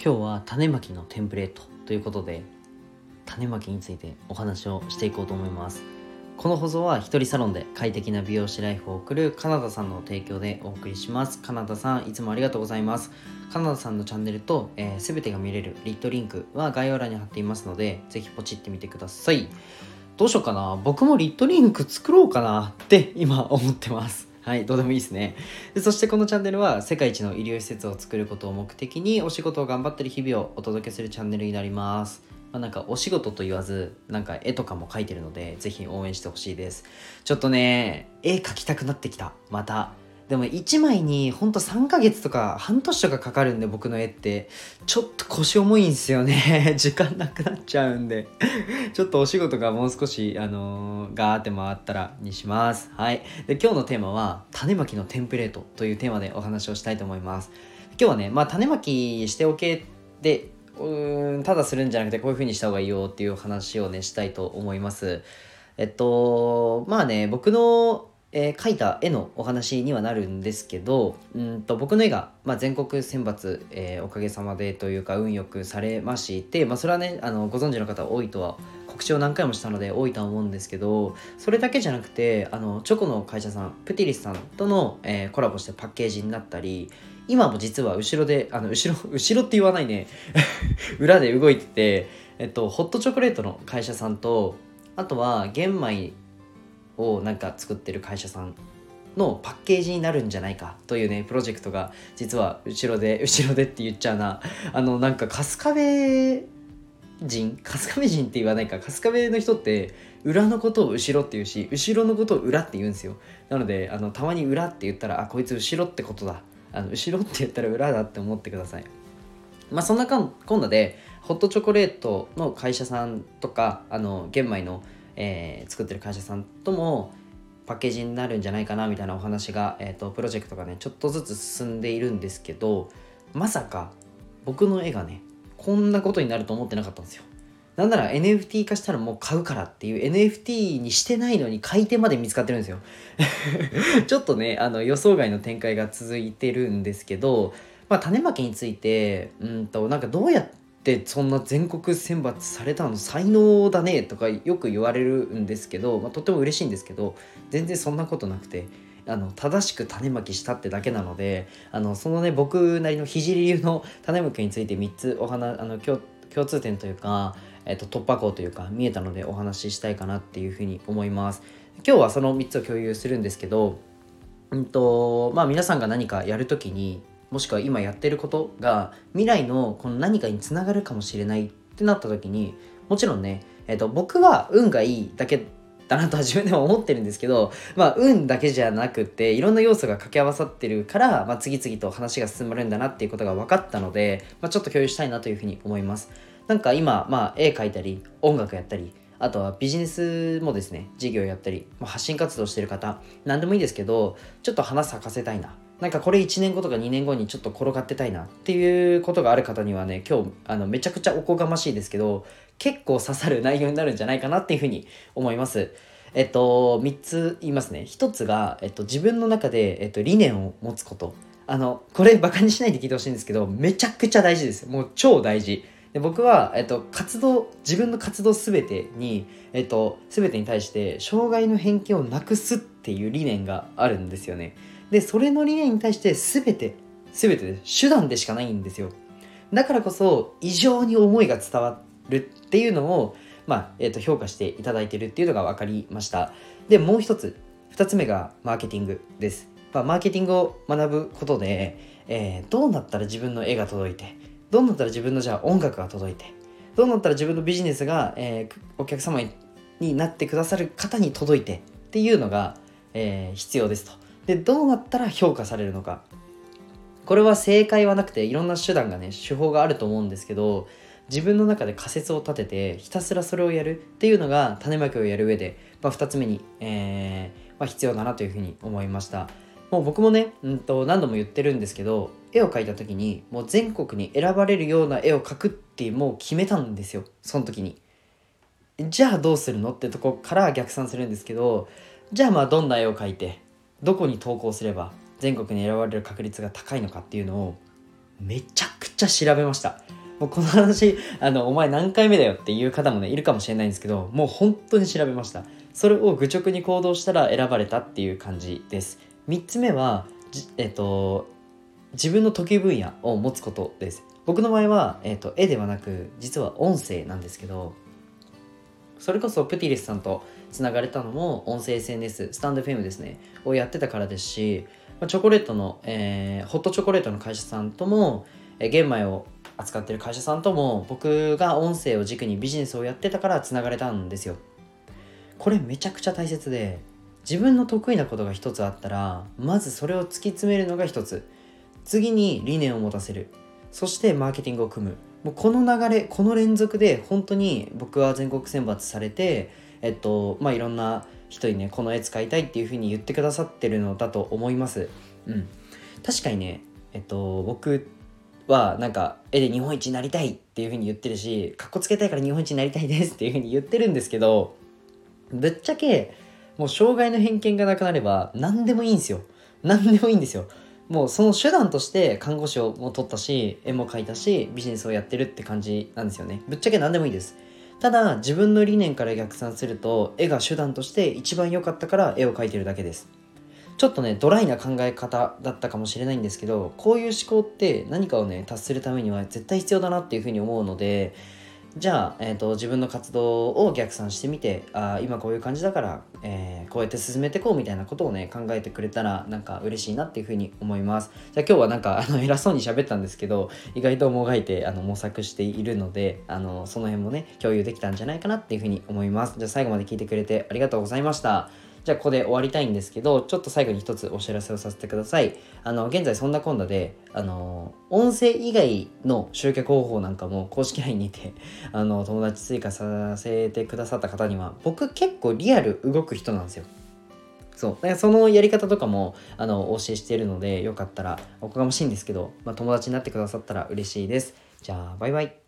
今日は種まきのテンプレートということで、種まきについてお話をしていこうと思います。この放送は一人サロンで快適な美容師ライフを送るカナダさんの提供でお送りします。カナダさんいつもありがとうございます。カナダさんのチャンネルと全てが見れるリットリンクは概要欄に貼っていますので、ぜひポチってみてください。どうしようかな、僕もリットリンク作ろうかなって今思ってます。はい、どうでもいいですね。そしてこのチャンネルは世界一の医療施設を作ることを目的にお仕事を頑張ってる日々をお届けするチャンネルになります。なんかお仕事と言わず、なんか絵とかも描いてるので、ぜひ応援してほしいです。ちょっとね、絵描きたくなってきた。また。でも1枚にほんと3ヶ月とか半年とかかかるんで、僕の絵ってちょっと腰重いんですよね。時間なくなっちゃうんでちょっとお仕事がもう少しガーって回ったらにします。はい。で、今日のテーマは種まきのテンプレートというテーマでお話をしたいと思います。今日はね、種まきしておけでただするんじゃなくて、こういう風にした方がいいよっていう話をねしたいと思います。僕の描いた絵のお話にはなるんですけど、僕の絵が、全国選抜、おかげさまでというか運よくされまして、それはねご存知の方多いとは、告知を何回もしたので多いとは思うんですけど、それだけじゃなくてチョコの会社さんプティリスさんとの、コラボしてパッケージになったり、今も実は後ろで後ろって言わないね裏で動いてて、ホットチョコレートの会社さんと、あとは玄米をなんか作ってる会社さんのパッケージになるんじゃないかというねプロジェクトが、実は後ろでって言っちゃうな、なんか春日部人って言わないか、春日部の人って裏のことを後ろって言うし、後ろのことを裏って言うんですよ。なのでたまに裏って言ったら、こいつ後ろってことだ、後ろって言ったら裏だって思ってください。そんなこんなでホットチョコレートの会社さんとか玄米の、作ってる会社さんともパッケージになるんじゃないかなみたいなお話が、プロジェクトがねちょっとずつ進んでいるんですけど、まさか僕の絵がねこんなことになると思ってなかったんですよ。なんなら NFT 化したらもう買うからっていう NFT にしてないのに買い手まで見つかってるんですよちょっとね予想外の展開が続いてるんですけど、種まきについてなんかどうやってそんな全国選抜されたの、才能だねとかよく言われるんですけど、とっても嬉しいんですけど、全然そんなことなくて、正しく種まきしたってだけなので、そのね僕なりの聖流の種まきについて3つ共通点というか、突破口というか見えたのでお話ししたいかなっていうふうに思います。今日はその3つを共有するんですけど、皆さんが何かやるときに、もしくは今やってることが未来のこの何かにつながるかもしれないってなった時に、もちろんね、僕は運がいいだけだなとは自分でも思ってるんですけど、運だけじゃなくていろんな要素が掛け合わさってるから、次々と話が進まるんだなっていうことが分かったので、ちょっと共有したいなというふうに思います。なんか今、絵描いたり音楽やったり、あとはビジネスもですね、事業やったり、発信活動してる方、何でもいいですけど、ちょっと花咲かせたいな、なんかこれ1年後とか2年後にちょっと転がってたいなっていうことがある方にはね、今日めちゃくちゃおこがましいですけど、結構刺さる内容になるんじゃないかなっていうふうに思います。3つ言いますね。1つが、自分の中で、理念を持つこと。これバカにしないで聞いてほしいんですけど、めちゃくちゃ大事です。もう超大事で、僕は、自分の活動すべてに、すべてに対して障害の偏見をなくすっていう理念があるんですよね。で、それの理念に対して全てで手段でしかないんですよ。だからこそ異常に思いが伝わるっていうのを、評価していただいているっていうのが分かりました。で、もう一つ、二つ目がマーケティングです。マーケティングを学ぶことで、どうなったら自分の絵が届いて、どうなったら自分の音楽が届いて、どうなったら自分のビジネスが、お客様になってくださる方に届いてっていうのが、必要ですと。で、どうなったら評価されるのか。これは正解はなくて、いろんな手段がね、手法があると思うんですけど、自分の中で仮説を立ててひたすらそれをやるっていうのが種まきをやる上で、2つ目に、必要だなというふうに思いました。もう僕もね、何度も言ってるんですけど、絵を描いた時にもう全国に選ばれるような絵を描くってもう決めたんですよ。その時にじゃあどうするのってとこから逆算するんですけど、じゃあどんな絵を描いてどこに投稿すれば全国に選ばれる確率が高いのかっていうのをめちゃくちゃ調べました。もうこの話お前何回目だよっていう方もねいるかもしれないんですけど、もう本当に調べました。それを愚直に行動したら選ばれたっていう感じです。3つ目は自分の得意分野を持つことです。僕の場合は、絵ではなく実は音声なんですけど、それこそプティリスさんとつながれたのも音声 SNS スタンド FM ですねをやってたからですし、チョコレートの、ホットチョコレートの会社さんとも、玄米を扱ってる会社さんとも僕が音声を軸にビジネスをやってたからつながれたんですよ。これめちゃくちゃ大切で、自分の得意なことが一つあったらまずそれを突き詰めるのが一つ、次に理念を持たせる、そしてマーケティングを組む。もうこの流れ、この連続で本当に僕は全国選抜されていろんな人にねこの絵使いたいっていう風に言ってくださってるのだと思います。確かにね僕はなんか絵で日本一になりたいっていう風に言ってるし、かっこつけたいから日本一になりたいですっていう風に言ってるんですけど、ぶっちゃけもう障害の偏見がなくなれば何でもいいんですよ。何でもいいんですよ。もうその手段として看護師をも取ったし、絵も描いたし、ビジネスをやってるって感じなんですよね。ぶっちゃけ何でもいいです。ただ自分の理念から逆算すると、絵が手段として一番良かったから絵を描いてるだけです。ちょっとねドライな考え方だったかもしれないんですけど、こういう思考って何かをね達するためには絶対必要だなっていうふうに思うので、じゃあ、自分の活動を逆算してみて、今こういう感じだから、こうやって進めていこうみたいなことをね考えてくれたらなんか嬉しいなっていうふうに思います。じゃあ今日はなんか偉そうに喋ったんですけど、意外ともがいて模索しているので、その辺もね共有できたんじゃないかなっていうふうに思います。じゃあ最後まで聞いてくれてありがとうございました。じゃあここで終わりたいんですけど、ちょっと最後に一つお知らせをさせてください。現在そんなこんなで音声以外の集客方法なんかも公式 LINE にて友達追加させてくださった方には、僕結構リアル動く人なんですよ。そうだからそのやり方とかもお教えしているので、よかったらおこがましいんですけど、友達になってくださったら嬉しいです。じゃあバイバイ。